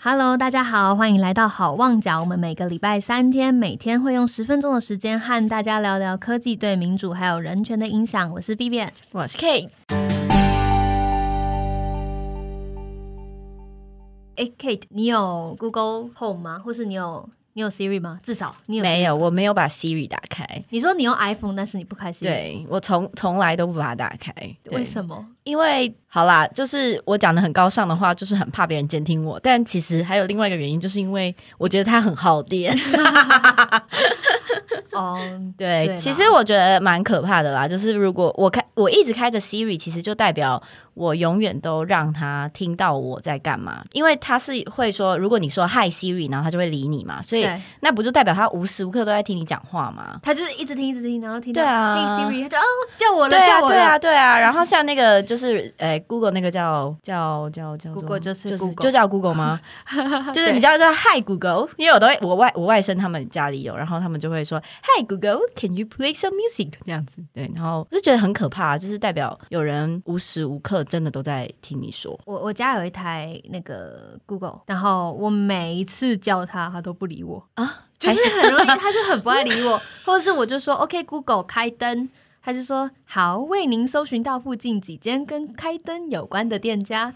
Hello， 大家好，欢迎来到好旺角。我们每个礼拜3天，每天会用10分钟的时间和大家聊聊科技对民主还有人权的影响。我是 Vivian， 我是 Kate。 Kate， 你有 Google Home 吗？或是你有 Siri 吗？至少你有 Siri 没有，我没有把 Siri 打开。 你说你用 iPhone， 但是你不开 Siri？ 对，我从来都不把它打开。 为什么？ 因为好啦，就是我讲的很高尚的话，就是很怕别人监听我。但其实还有另外一个原因，就是因为我觉得它很耗电。对，其实我觉得蛮可怕的啦。就是如果我一直开着 Siri， 其实就代表我永远都让他听到我在干嘛，因为他是会说，如果你说 Hi Siri， 然后他就会理你嘛，所以那不就代表他无时无刻都在听你讲话吗？ 他就是一直听，然后听到对啊 Hey Siri， 他就叫我了， 对啊， 叫我了， 对啊。然后像那个就是Google 那个叫 Google 就是 Google， 就叫 Google 吗？就是你叫 Hi Google， 因为我外甥他们家里有，然后他们就会说 Hi Google，Can you play some music 这样子。对，然后我就觉得很可怕，就是代表有人无时无刻真的都在听你说。 我家有一台那个 Google， 然后我每一次叫他都不理我啊，就是很容易他就很不爱理我，或者是我就说 OK Google 开灯，他就说好，为您搜寻到附近几间跟开灯有关的店家。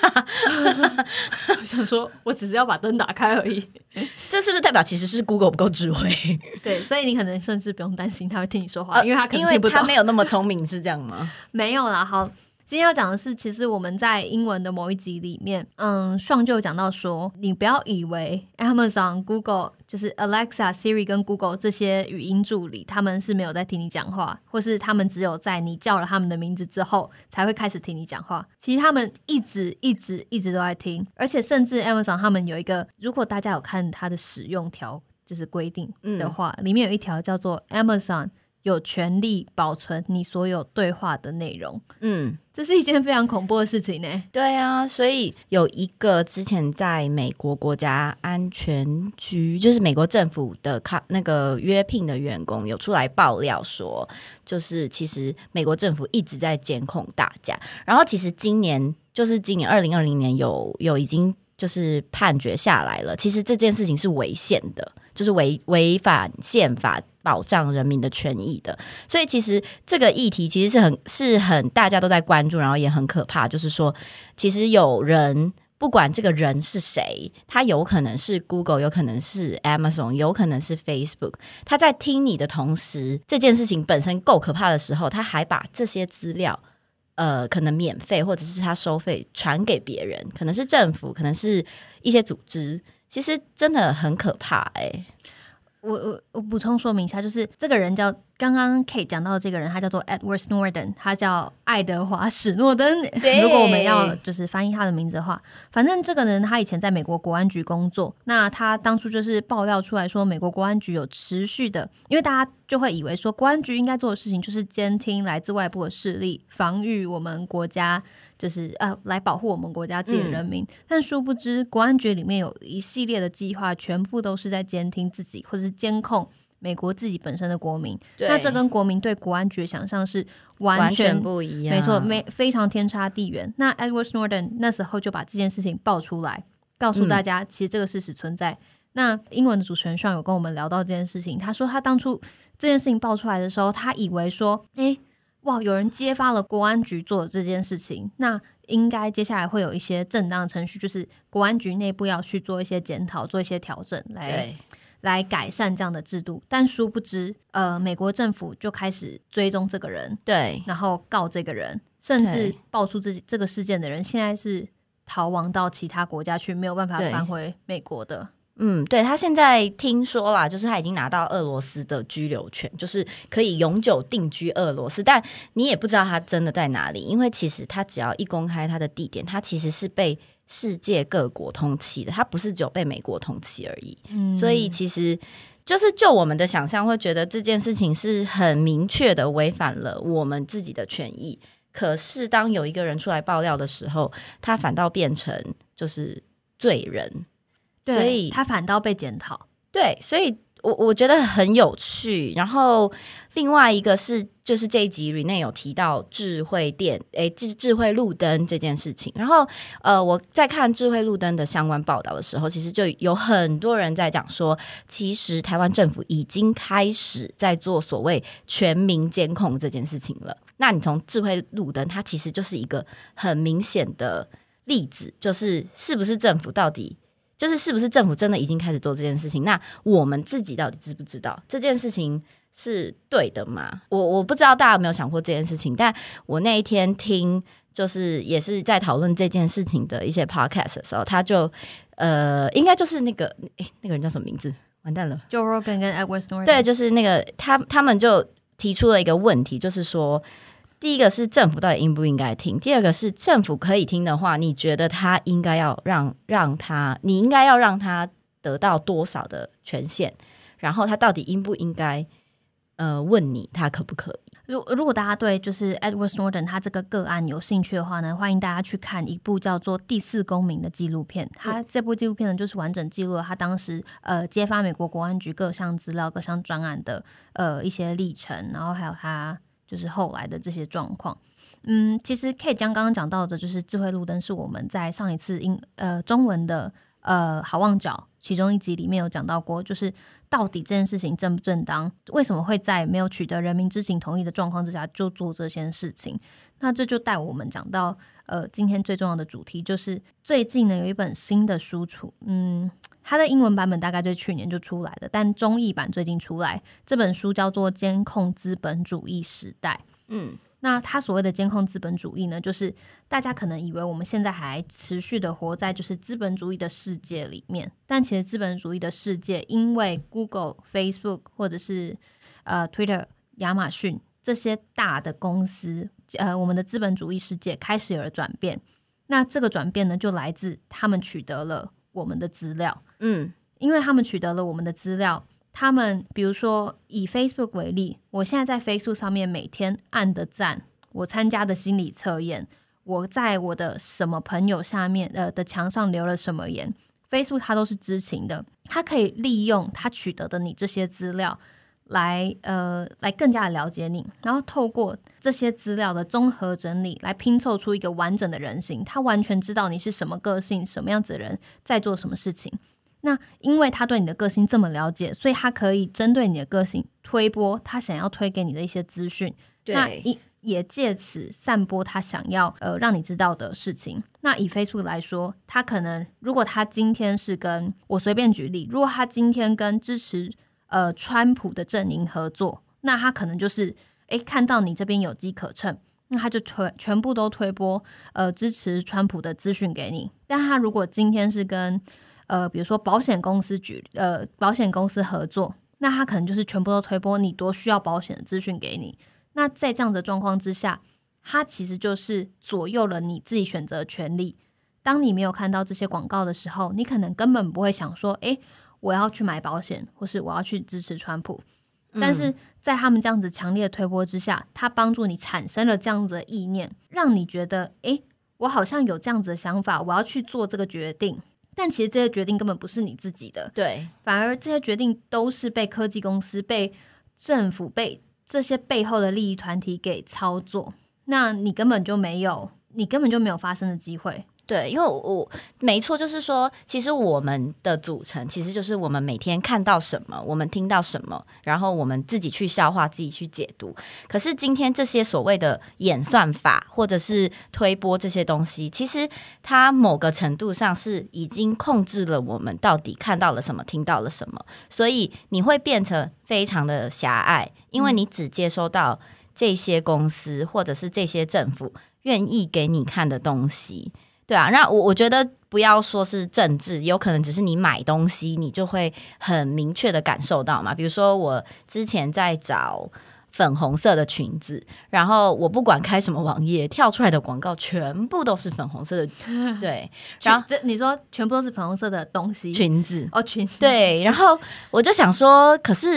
我想说我只是要把灯打开而已。 这是不是代表其实是 Google 不够智慧？ 对，所以你可能甚至不用担心他会听你说话，因为他可能听不懂， 因为他没有那么聪明，是这样吗？ 没有啦，好，今天要讲的是，其实我们在英文的某一集里面Sean就有讲到说，你不要以为 Amazon、Google 就是 Alexa、Siri 跟 Google 这些语音助理，他们是没有在听你讲话，或是他们只有在你叫了他们的名字之后才会开始听你讲话。其实他们一直都在听，而且甚至 Amazon 他们有一个，如果大家有看它的使用条就是规定的话，里面有一条叫做 Amazon有权利保存你所有对话的内容。这是一件非常恐怖的事情呢。 对啊，所以有一个之前在美国国家安全局，就是美国政府的那个约聘的员工有出来爆料说，就是其实美国政府一直在监控大家，然后其实今年2020年有已经就是判决下来了，其实这件事情是违宪的，就是违反宪法保障人民的权益的。所以其实这个议题其实是很大家都在关注，然后也很可怕，就是说其实有人不管这个人是谁，他有可能是 Google， 有可能是 Amazon， 有可能是 Facebook， 他在听你的同时，这件事情本身够可怕的时候，他还把这些资料可能免费或者是他收费传给别人，可能是政府，可能是一些组织，其实真的很可怕我补充说明一下，就是这个人叫刚刚 Kate 讲到的这个人，他叫做 Edward Snowden， 他叫爱德华史诺登。如果我们要就是翻译他的名字的话，反正这个人他以前在美国国安局工作，那他当初就是爆料出来说，美国国安局有持续的，因为大家就会以为说国安局应该做的事情就是监听来自外部的势力，防御我们国家，就是来保护我们国家自己的人民。但殊不知国安局里面有一系列的计划，全部都是在监听自己或是监控美国自己本身的国民。那这跟国民对国安局的想象是完全不一样， 没错，非常天差地远。那 Edward Snowden 那时候就把这件事情爆出来，告诉大家其实这个事实存在。那英文的主持人Sean有跟我们聊到这件事情，他说他当初这件事情爆出来的时候，他以为说哇，有人揭发了国安局做的这件事情，那应该接下来会有一些正当的程序，就是国安局内部要去做一些检讨，做一些调整来改善这样的制度。但殊不知美国政府就开始追踪这个人，对，然后告这个人，甚至爆出这个事件的人现在是逃亡到其他国家去，没有办法返回美国的。 对，他现在听说啦，就是他已经拿到俄罗斯的居留权，就是可以永久定居俄罗斯，但你也不知道他真的在哪里，因为其实他只要一公开他的地点，他其实是被世界各国通缉的，他不是只有被美国通缉而已。所以其实就是就我们的想象会觉得这件事情是很明确的违反了我们自己的权益，可是当有一个人出来爆料的时候，他反倒变成就是罪人，所以他反倒被检讨。 对，所以我觉得很有趣。然后另外一个是，就是这一集 Renee 有提到智慧电，智慧路灯这件事情。然后我在看智慧路灯的相关报道的时候，其实就有很多人在讲说，其实台湾政府已经开始在做所谓全民监控这件事情了。那你从智慧路灯，它其实就是一个很明显的例子，就是是不是政府到底。就是是不是政府真的已经开始做这件事情？那我们自己到底知不知道这件事情是对的吗？我不知道大家有没有想过这件事情，但我那一天听就是也是在讨论这件事情的一些 podcast 的时候，他就应该就是那个人叫什么名字？完蛋了 Joe Rogan 跟 Edward Snowden， 对，就是那个他们就提出了一个问题，就是说。第一个是政府到底应不应该听，第二个是政府可以听的话，你觉得他应该要你应该要让他得到多少的权限，然后他到底应不应该问你他可不可以。 如果大家对就是 Edward Snowden 他这个个案有兴趣的话呢，欢迎大家去看一部叫做《第四公民》的纪录片。他这部纪录片呢，就是完整记录了他当时揭发美国国安局各项资料、各项专案的一些历程，然后还有他就是后来的这些状况。其实 Kate 刚刚讲到的就是智慧路灯，是我们在上一次中文的好望角其中一集里面有讲到过，就是到底这件事情正不正当，为什么会在没有取得人民知情同意的状况之下就做这件事情。那这就带我们讲到今天最重要的主题，就是最近呢有一本新的书出，它的英文版本大概就是去年就出来的，但中译版最近出来，这本书叫做《监控资本主义时代》。那他所谓的监控资本主义呢，就是大家可能以为我们现在还持续的活在就是资本主义的世界里面，但其实资本主义的世界因为 Google、Facebook 或者是Twitter、亚马逊这些大的公司，我们的资本主义世界开始有了转变。那这个转变呢，就来自他们取得了我们的资料。因为他们取得了我们的资料，他们比如说以 Facebook 为例，我现在在 Facebook 上面每天按的赞，我参加的心理测验，我在我的什么朋友下面的墙上留了什么言， Facebook 它都是知情的，它可以利用它取得的你这些资料来更加的了解你，然后透过这些资料的综合整理来拼凑出一个完整的人形，他完全知道你是什么个性，什么样子的人在做什么事情。那因为他对你的个性这么了解，所以他可以针对你的个性推播他想要推给你的一些资讯，那也借此散播他想要让你知道的事情。那以 Facebook 来说，他可能如果他今天是跟我随便举例，如果他今天跟支持川普的阵营合作，那他可能就是看到你这边有机可乘，那他就全部都推播支持川普的资讯给你。但他如果今天是跟比如说保险公司合作，那他可能就是全部都推播你多需要保险的资讯给你。那在这样的状况之下，他其实就是左右了你自己选择的权利。当你没有看到这些广告的时候，你可能根本不会想说我要去买保险，或是我要去支持川普。但是在他们这样子强烈的推播之下，他帮助你产生了这样子的意念，让你觉得我好像有这样子的想法，我要去做这个决定。但其实这些决定根本不是你自己的， 对， 反而这些决定都是被科技公司、被政府、被这些背后的利益团体给操作。那你根本就没有发生的机会。 对，因为我没错，就是说其实我们的组成其实就是我们每天看到什么，我们听到什么，然后我们自己去消化，自己去解读。可是今天这些所谓的演算法或者是推播这些东西，其实它某个程度上是已经控制了我们到底看到了什么，听到了什么，所以你会变成非常的狭隘，因为你只接收到这些公司或者是这些政府愿意给你看的东西。对啊，那我觉得不要说是政治，有可能只是你买东西你就会很明确的感受到嘛。比如说我之前在找粉红色的裙子，然后我不管开什么网页，跳出来的广告全部都是粉红色的对，然后你说全部都是粉红色的东西， 裙子裙子， 对，然后我就想说，可是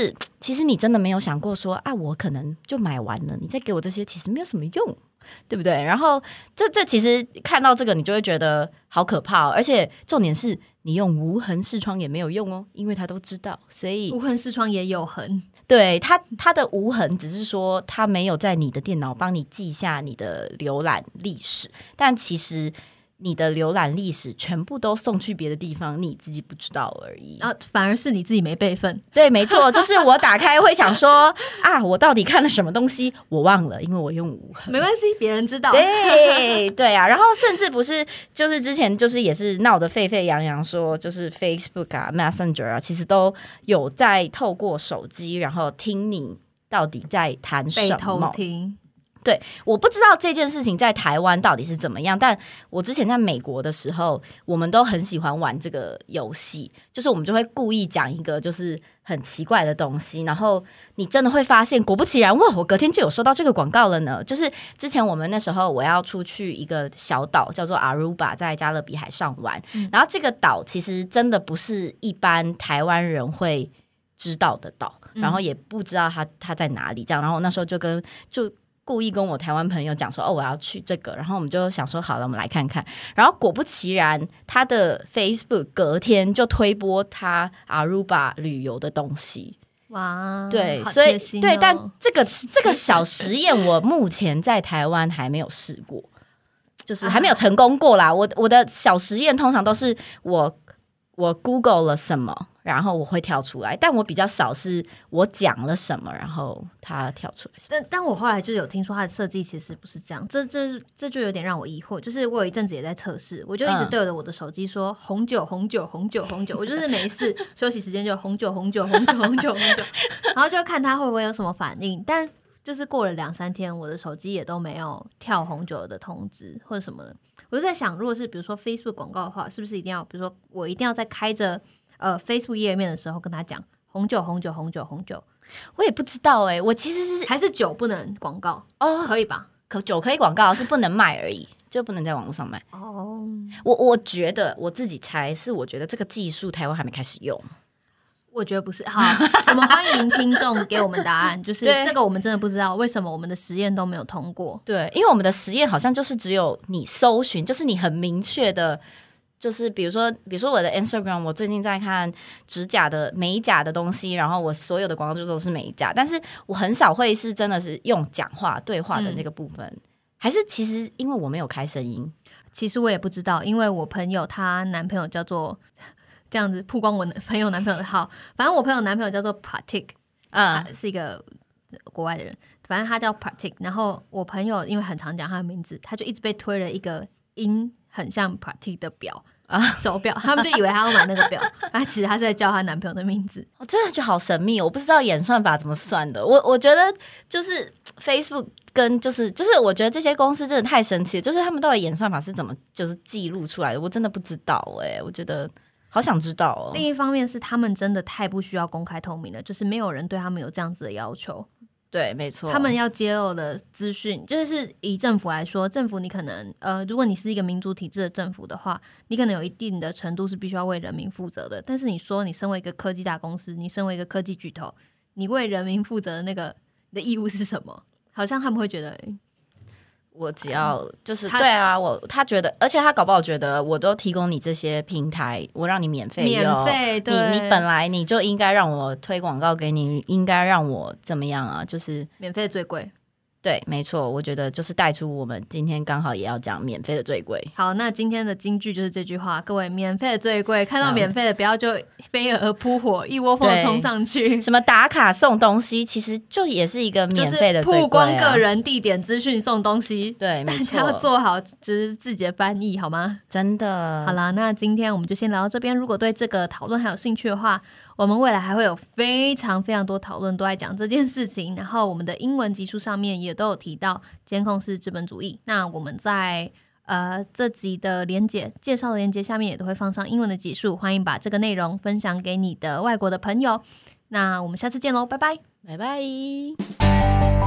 其实你真的没有想过说啊，我可能就买完了，你再给我这些其实没有什么用，对不对？然后这其实看到这个你就会觉得好可怕而且重点是你用无痕视窗也没有用因为他都知道，所以无痕视窗也有痕。 对，它的无痕只是说它没有在你的电脑帮你记下你的浏览历史，但其实你的浏览历史全部都送去别的地方，你自己不知道而已。 反而是你自己没备份。 对，没错，就是我打开会想说啊，我到底看了什么东西，我忘了，因为我用无痕。 没关系，别人知道。 对啊，然后甚至不是，就是之前就是也是闹得沸沸扬扬，说就是 Facebook 啊、Messenger 啊，其实都有在透过手机，然后听你到底在谈什么。 被偷听。 对，我不知道这件事情在台湾到底是怎么样，但我之前在美国的时候，我们都很喜欢玩这个游戏，就是我们就会故意讲一个就是很奇怪的东西，然后你真的会发现，果不其然，哇，我隔天就有收到这个广告了呢。就是之前我们那时候我要出去一个小岛叫做 Aruba， 在加勒比海上玩，然后这个岛其实真的不是一般台湾人会知道的岛，然后也不知道它在哪里这样，然后那时候就故意跟我台湾朋友讲说我要去这个，然后我们就想说好了，我们来看看，然后果不其然，他的 Facebook 隔天就推播他 Aruba 旅游的东西。 哇， 对，所以对，但这个小实验我目前在台湾还没有试过，就是还没有成功过啦。我的小实验通常都是我 Google 了什么，然后我会跳出来，但我比较少是我讲了什么，然后它跳出来。 但我后来就有听说它的设计其实不是这样，这就有点让我疑惑。就是我有一阵子也在测试，我就一直对着我的手机说红酒红酒红酒红酒，我就是没事休息时间就红酒红酒红酒红酒红酒，然后就看它会不会有什么反应。但就是过了2-3天，我的手机也都没有跳红酒的通知或者什么的。我就在想，如果是比如说 Facebook 广告的话，是不是一定要，比如说我一定要在开着Facebook 页面的时候跟他讲红酒红酒红酒红酒？ 我也不知道我其实是还是酒不能广告可以吧？ 酒可以广告，是不能卖而已，就不能在网络上卖。我觉得我自己猜是，我觉得这个技术台湾还没开始用。 我觉得不是。好，我们欢迎听众给我们答案，就是这个我们真的不知道为什么我们的实验都没有通过。 对，因为我们的实验好像就是只有你搜寻，就是你很明确的，就是比如说我的 Instagram， 我最近在看指甲的美甲的东西，然后我所有的广告就都是美甲，但是我很少会是真的是用讲话对话的那个部分。还是其实因为我没有开声音？ 其实我也不知道，因为我朋友她男朋友叫做这样子曝光我朋友男朋友的号，反正我朋友男朋友叫做 Pratik， 是一个国外的人，反正他叫 Pratik。然后我朋友因为很常讲他的名字，他就一直被推了一个音很像 Pratik 的表手表，他们就以为他要买那个表，其实他是在叫他男朋友的名字。 真的就好神秘，我不知道演算法怎么算的。我觉得就是 Facebook 跟就是我觉得这些公司真的太神奇了，就是他们到底演算法是怎么就是记录出来的，我真的不知道我觉得好想知道另一方面是他们真的太不需要公开透明了，就是没有人对他们有这样子的要求。 对，没错， 他们要揭露的资讯，就是以政府来说，政府你可能如果你是一个民主体制的政府的话，你可能有一定的程度是必须要为人民负责的。但是你说你身为一个科技大公司，你身为一个科技巨头，你为人民负责的那个你的义务是什么？好像他们会觉得我只要就是对啊，他觉得，而且他搞不好觉得我都提供你这些平台，我让你免费用， 对， 你本来你就应该让我推广告给你，应该让我怎么样啊？就是免费最贵。 对，没错，我觉得就是带出我们今天刚好也要讲免费的最贵。 好，那今天的金句就是这句话，各位，免费的最贵，看到免费的不要就飞蛾扑火，一窝蜂的冲上去。 什么打卡送东西，其实就也是一个免费的最贵曝光个人地点资讯送东西。 对，没错， 大家要做好就是自己的翻译好吗？ 真的。 好啦，那今天我们就先聊到这边。如果对这个讨论还有兴趣的话，我们未来还会有非常非常多讨论都在讲这件事情，然后我们的英文集数上面也都有提到监控式资本主义。那我们在这集的介绍的连结下面也都会放上英文的集数，欢迎把这个内容分享给你的外国的朋友。那我们下次见咯，拜拜， 拜拜。